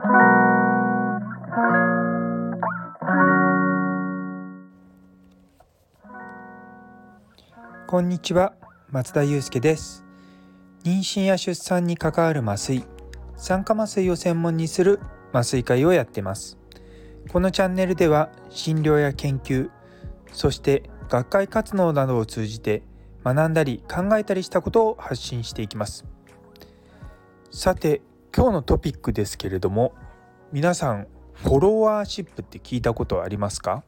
こんにちは、松田祐介です。妊娠や出産に関わる麻酔、酸化麻酔を専門にする麻酔会をやっています。このチャンネルでは診療や研究、そして学会活動などを通じて学んだり考えたりしたことを発信していきます。さて、今日のトピックですけれども、皆さんフォロワーシップって聞いたことありますか？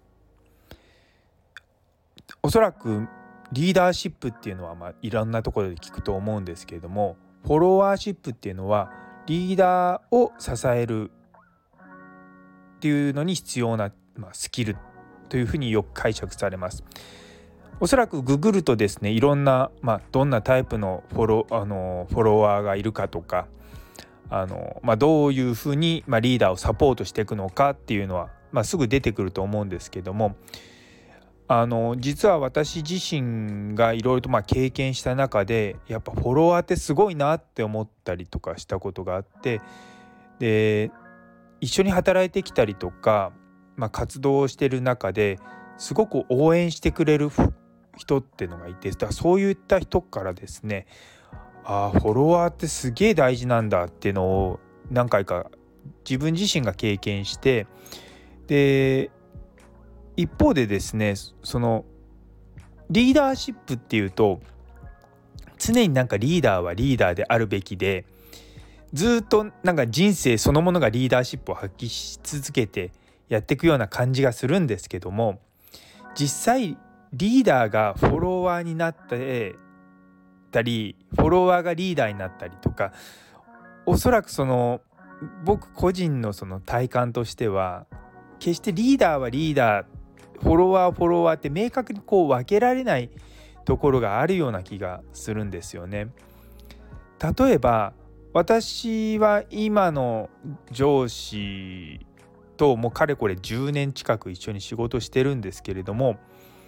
おそらくリーダーシップっていうのはいろんなところで聞くと思うんですけれども、フォロワーシップっていうのはリーダーを支えるっていうのに必要な、スキルというふうによく解釈されます。おそらくググるとですね、いろんな、どんなタイプのフォロワーがいるかとか、どういうふうに、リーダーをサポートしていくのかっていうのは、すぐ出てくると思うんですけども、実は私自身がいろいろと経験した中で、やっぱフォロワーってすごいなって思ったりとかしたことがあって、で一緒に働いてきたりとか、活動をしてる中ですごく応援してくれる人っていうのがいて、そういった人からですね、フォロワーってすげえ大事なんだっていうのを何回か自分自身が経験して、で一方でですね、そのリーダーシップっていうと、常にリーダーはリーダーであるべきで、ずっと人生そのものがリーダーシップを発揮し続けてやっていくような感じがするんですけども、実際リーダーがフォロワーになってたり、フォロワーがリーダーになったりとか、おそらく僕個人の体感としては、決してリーダーはリーダー、フォロワーはフォロワーって明確に分けられないところがあるような気がするんですよね。例えば私は今の上司ともうかれこれ10年近く一緒に仕事してるんですけれども、や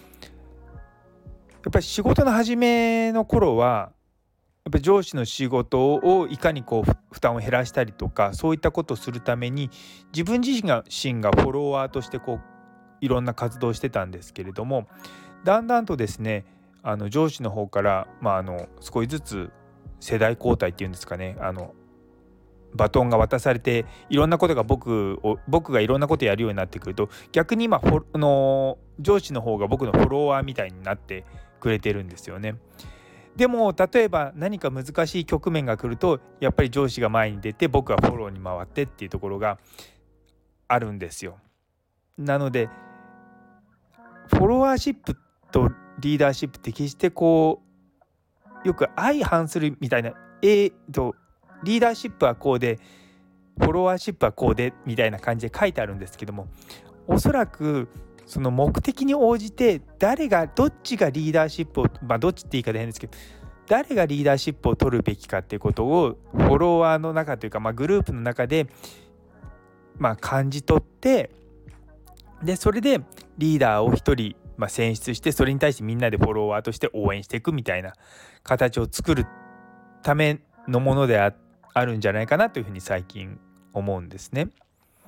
っぱり仕事の始めの頃はやっぱり上司の仕事をいかに負担を減らしたりとか、そういったことをするために自分自身がフォロワーとしていろんな活動をしてたんですけれども、だんだんとですね、上司の方から、少しずつ世代交代っていうんですかね、バトンが渡されて、いろんなことが僕がいろんなことやるようになってくると、逆に今上司の方が僕のフォロワーみたいになってくれてるんですよね。でも例えば何か難しい局面が来ると、やっぱり上司が前に出て僕はフォローに回ってっていうところがあるんですよ。なのでフォロワーシップとリーダーシップって決してよく相反するみたいな、リーダーシップはこうでフォロワーシップはこうでみたいな感じで書いてあるんですけども、おそらくその目的に応じてどっちがリーダーシップを、どっちって言い方変ですけど、誰がリーダーシップを取るべきかっていうことをフォロワーの中というか、グループの中で感じ取って、でそれでリーダーを一人選出して、それに対してみんなでフォロワーとして応援していくみたいな形を作るためのものであるんじゃないかなというふうに最近思うんですね。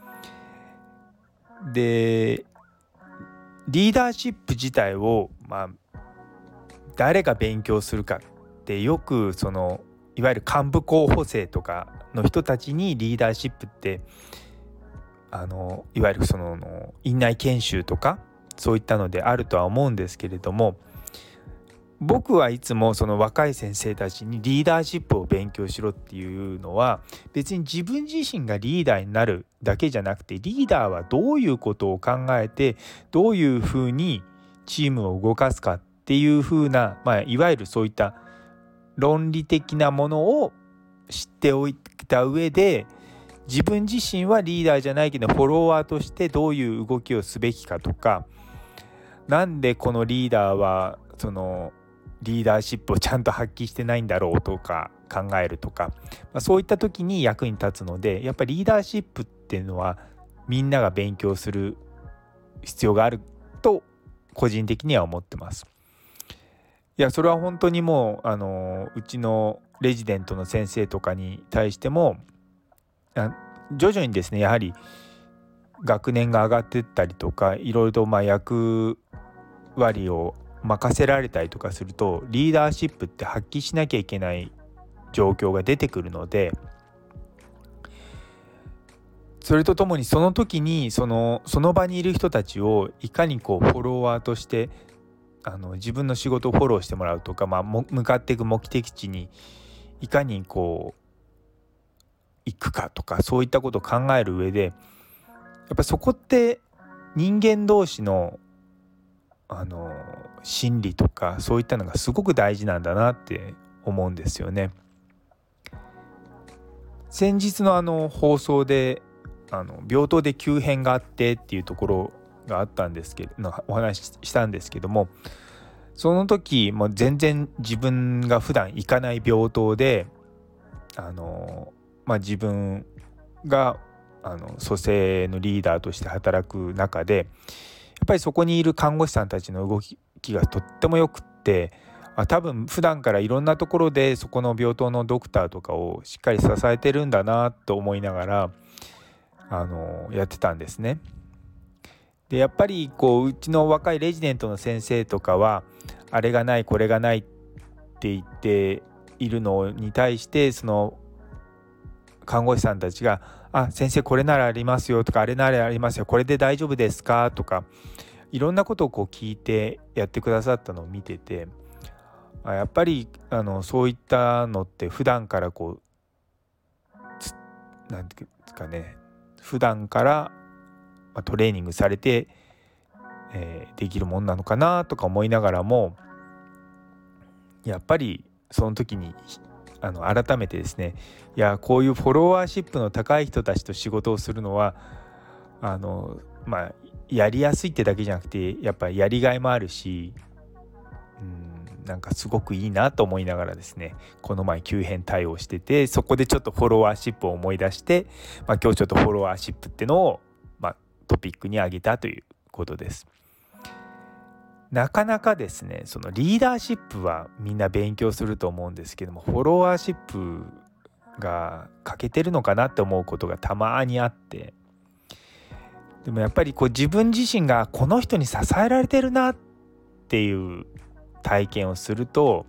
でリーダーシップ自体を、誰が勉強するかって、よくいわゆる幹部候補生とかの人たちにリーダーシップっていわゆる院内研修とかそういったのであるとは思うんですけれども、僕はいつも若い先生たちにリーダーシップを勉強しろっていうのは、別に自分自身がリーダーになるだけじゃなくて、リーダーはどういうことを考えてどういうふうにチームを動かすかっていうふうな、いわゆるそういった論理的なものを知っておいた上で、自分自身はリーダーじゃないけどフォロワーとしてどういう動きをすべきかとか、なんでこのリーダーはリーダーシップをちゃんと発揮してないんだろうとか考えるとか、そういった時に役に立つので、やっぱりリーダーシップっていうのはみんなが勉強する必要があると個人的には思ってます。いや、それは本当にもううちのレジデントの先生とかに対しても、 徐々にですねやはり学年が上がっていったりとか、いろいろと役割を任せられたりとかすると、リーダーシップって発揮しなきゃいけない状況が出てくるので、それとともにその時にその場にいる人たちをいかにこうフォロワーとして自分の仕事をフォローしてもらうとか、向かっていく目的地にいかにこう行くかとか、そういったことを考える上で、やっぱそこって人間同士の心理とかそういったのがすごく大事なんだなって思うんですよね。先日の放送で病棟で急変があってっていうところがあったんですけどお話ししたんですけども、その時も全然自分が普段行かない病棟で自分が蘇生のリーダーとして働く中で、やっぱりそこにいる看護師さんたちの動きがとってもよくって、多分普段からいろんなところでそこの病棟のドクターとかをしっかり支えてるんだなと思いながらやってたんですね。でやっぱりうちの若いレジデントの先生とかはあれがないこれがないって言っているのに対して、その看護師さんたちが先生これならありますよとか、あれならありますよ、これで大丈夫ですかとか、いろんなことを聞いてやってくださったのを見てて、やっぱりそういったのって普段からなんていうかね、普段からトレーニングされて、できるもんなのかなとか思いながらも、やっぱりその時に改めてですね、こういうフォロワーシップの高い人たちと仕事をするのはやりやすいってだけじゃなくて、やっぱりやりがいもあるし、なんかすごくいいなと思いながらですね、この前急変対応してて、そこでちょっとフォロワーシップを思い出して、今日ちょっとフォロワーシップってのを、トピックに挙げたということです。なかなかですね、そのリーダーシップはみんな勉強すると思うんですけども、フォロワーシップが欠けてるのかなって思うことがたまにあって、でもやっぱり自分自身がこの人に支えられてるなっていう体験をすると、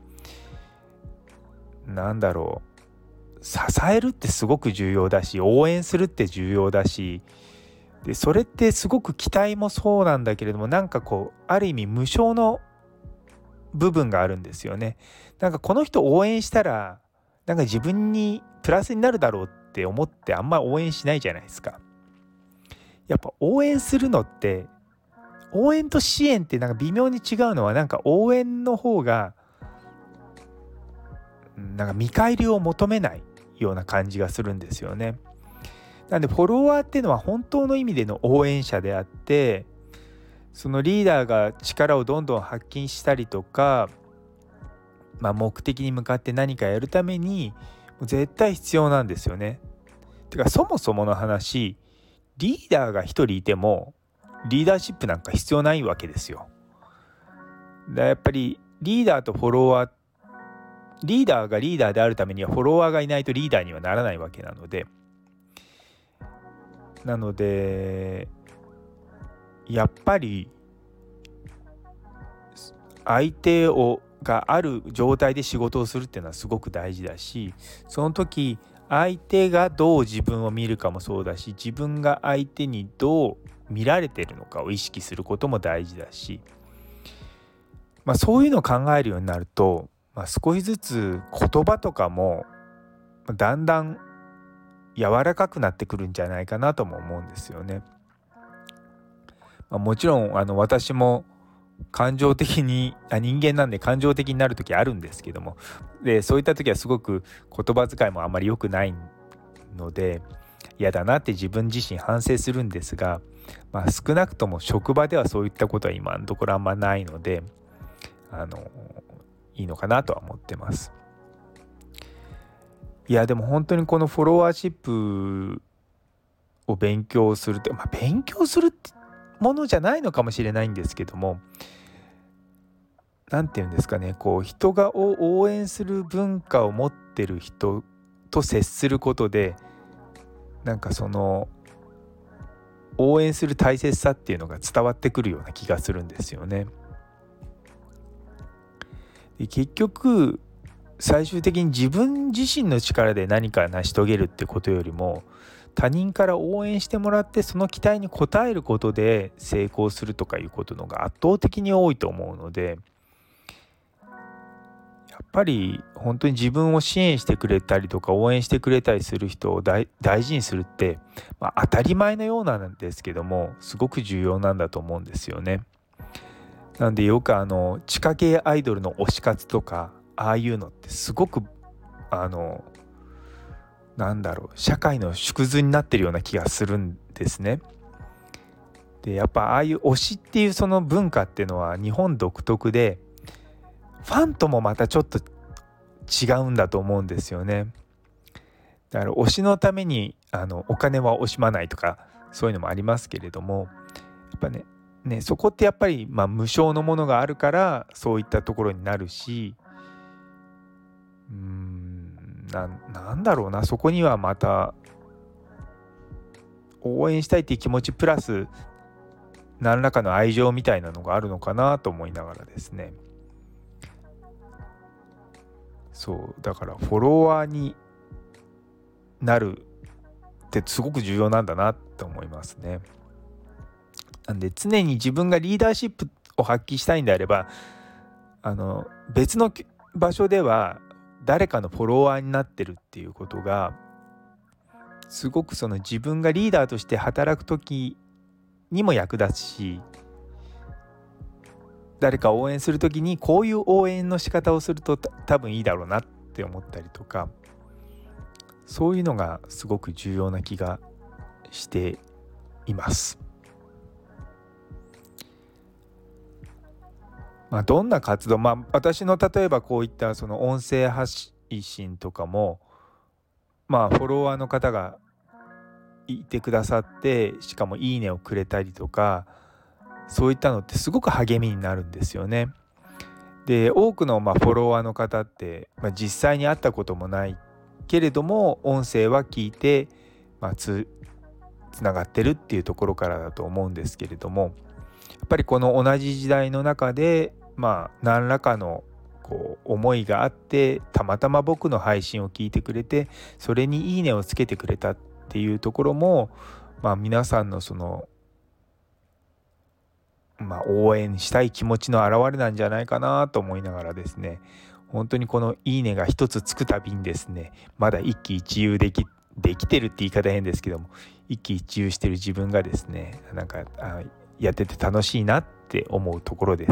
支えるってすごく重要だし、応援するって重要だし、でそれってすごく期待もそうなんだけれども、ある意味無償の部分があるんですよね。この人を応援したら自分にプラスになるだろうって思ってあんま応援しないじゃないですか。やっぱ応援するのって、応援と支援って微妙に違うのは、応援の方が見返りを求めないような感じがするんですよね。なんでフォロワーっていうのは本当の意味での応援者であって、そのリーダーが力をどんどん発揮したりとか、目的に向かって何かやるために絶対必要なんですよね。てかそもそもの話、リーダーが一人いてもリーダーシップなんか必要ないわけですよ。やっぱりリーダーとフォロワー、リーダーがリーダーであるためにはフォロワーがいないとリーダーにはならないわけなので、やっぱり相手がある状態で仕事をするっていうのはすごく大事だし、その時相手がどう自分を見るかもそうだし、自分が相手にどう見られてるのかを意識することも大事だし、そういうのを考えるようになると、少しずつ言葉とかもだんだん柔らかくなってくるんじゃないかなとも思うんですよね。もちろん私も感情的に人間なんで感情的になる時あるんですけども、でそういった時はすごく言葉遣いもあんまり良くないので嫌だなって自分自身反省するんですが、少なくとも職場ではそういったことは今のところあんまないのでいいのかなとは思ってます。でも本当にこのフォロワーシップを勉強するって、勉強するってものじゃないのかもしれないんですけども、なんていうんですかね、人が応援する文化を持ってる人と接することで、 なんかその応援する大切さっていうのが伝わってくるような気がするんですよね。で結局最終的に自分自身の力で何か成し遂げるってことよりも、他人から応援してもらってその期待に応えることで成功するとかいうことのが圧倒的に多いと思うので、やっぱり本当に自分を支援してくれたりとか応援してくれたりする人を大事にするって、当たり前のようなんですけども、すごく重要なんだと思うんですよね。なんでよく地下系アイドルの推し活とかああいうのってすごく社会の縮図になってるような気がするんですね。でやっぱああいう推しっていうその文化っていうのは日本独特で、ファンともまたちょっと違うんだと思うんですよね。だから推しのためにお金は惜しまないとかそういうのもありますけれども、やっぱねそこってやっぱり無償のものがあるからそういったところになるし、なんだろうな、そこにはまた応援したいっていう気持ちプラス何らかの愛情みたいなのがあるのかなと思いながらですね。そうだからフォロワーになるってすごく重要なんだなと思いますね。なんで常に自分がリーダーシップを発揮したいんであれば、別の場所では誰かのフォロワーになってるっていうことがすごくその自分がリーダーとして働く時にも役立つし、誰かを応援する時にこういう応援の仕方をすると多分いいだろうなって思ったりとか、そういうのがすごく重要な気がしています。どんな活動、私の例えばこういったその音声発信とかも、フォロワーの方がいてくださって、しかもいいねをくれたりとか、そういったのってすごく励みになるんですよね。で多くのフォロワーの方って、実際に会ったこともないけれども音声は聞いて、つながってるっていうところからだと思うんですけれども、やっぱりこの同じ時代の中で何らかの思いがあって、たまたま僕の配信を聞いてくれてそれにいいねをつけてくれたっていうところも、皆さんのその応援したい気持ちの表れなんじゃないかなと思いながらですね、本当にこのいいねが一つつくたびにですね、まだ一喜一憂できてるって言い方変ですけども、一喜一憂してる自分がですね、やってて楽しいなって思うところです。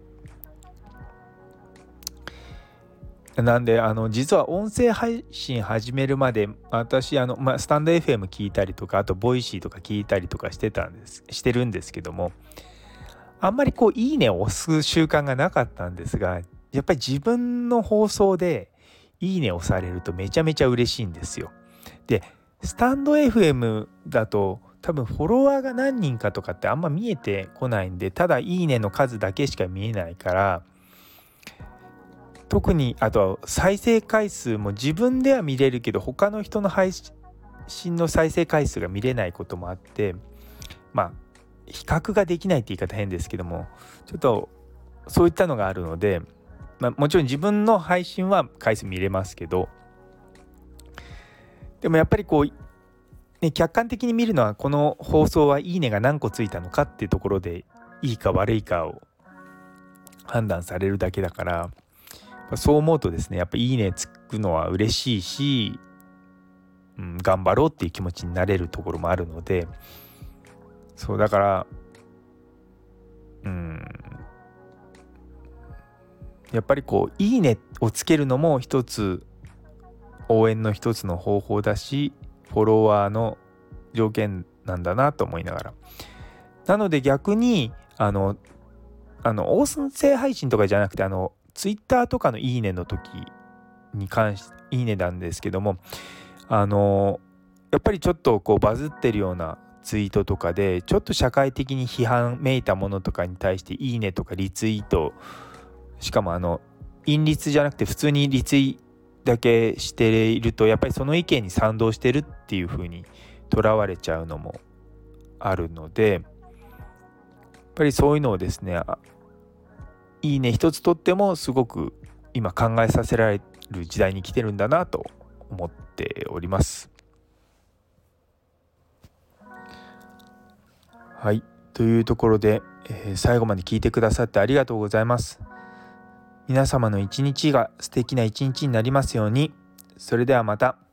なんで実は音声配信始めるまで私スタンド FM 聞いたりとか、あとボイシーとか聞いたりとかしてるんですけども、あんまりいいねを押す習慣がなかったんですが、やっぱり自分の放送でいいねを押されるとめちゃめちゃ嬉しいんですよ。でスタンド FM だと多分フォロワーが何人かとかってあんま見えてこないんで、ただいいねの数だけしか見えないから、特にあと再生回数も自分では見れるけど他の人の配信の再生回数が見れないこともあって、比較ができないって言い方変ですけども、ちょっとそういったのがあるので、もちろん自分の配信は回数見れますけど、でもやっぱり客観的に見るのはこの放送はいいねが何個ついたのかっていうところでいいか悪いかを判断されるだけだから、そう思うとですね、やっぱいいねつくのは嬉しいし、頑張ろうっていう気持ちになれるところもあるので、そうだからやっぱりいいねをつけるのも一つ応援の一つの方法だし、フォロワーの条件なんだなと思いながら、なので逆に音声配信とかじゃなくてツイッターとかのいいねの時に関していいねなんですけども、やっぱりちょっとバズってるようなツイートとかでちょっと社会的に批判めいたものとかに対していいねとかリツイート、しかも韻律じゃなくて普通にリツイだけしているとやっぱりその意見に賛同してるっていう風にとらわれちゃうのもあるので、やっぱりそういうのをですね、いいね一つとってもすごく今考えさせられる時代に来てるんだなと思っております。はい、というところで、最後まで聞いてくださってありがとうございます。皆様の一日が素敵な一日になりますように。それではまた。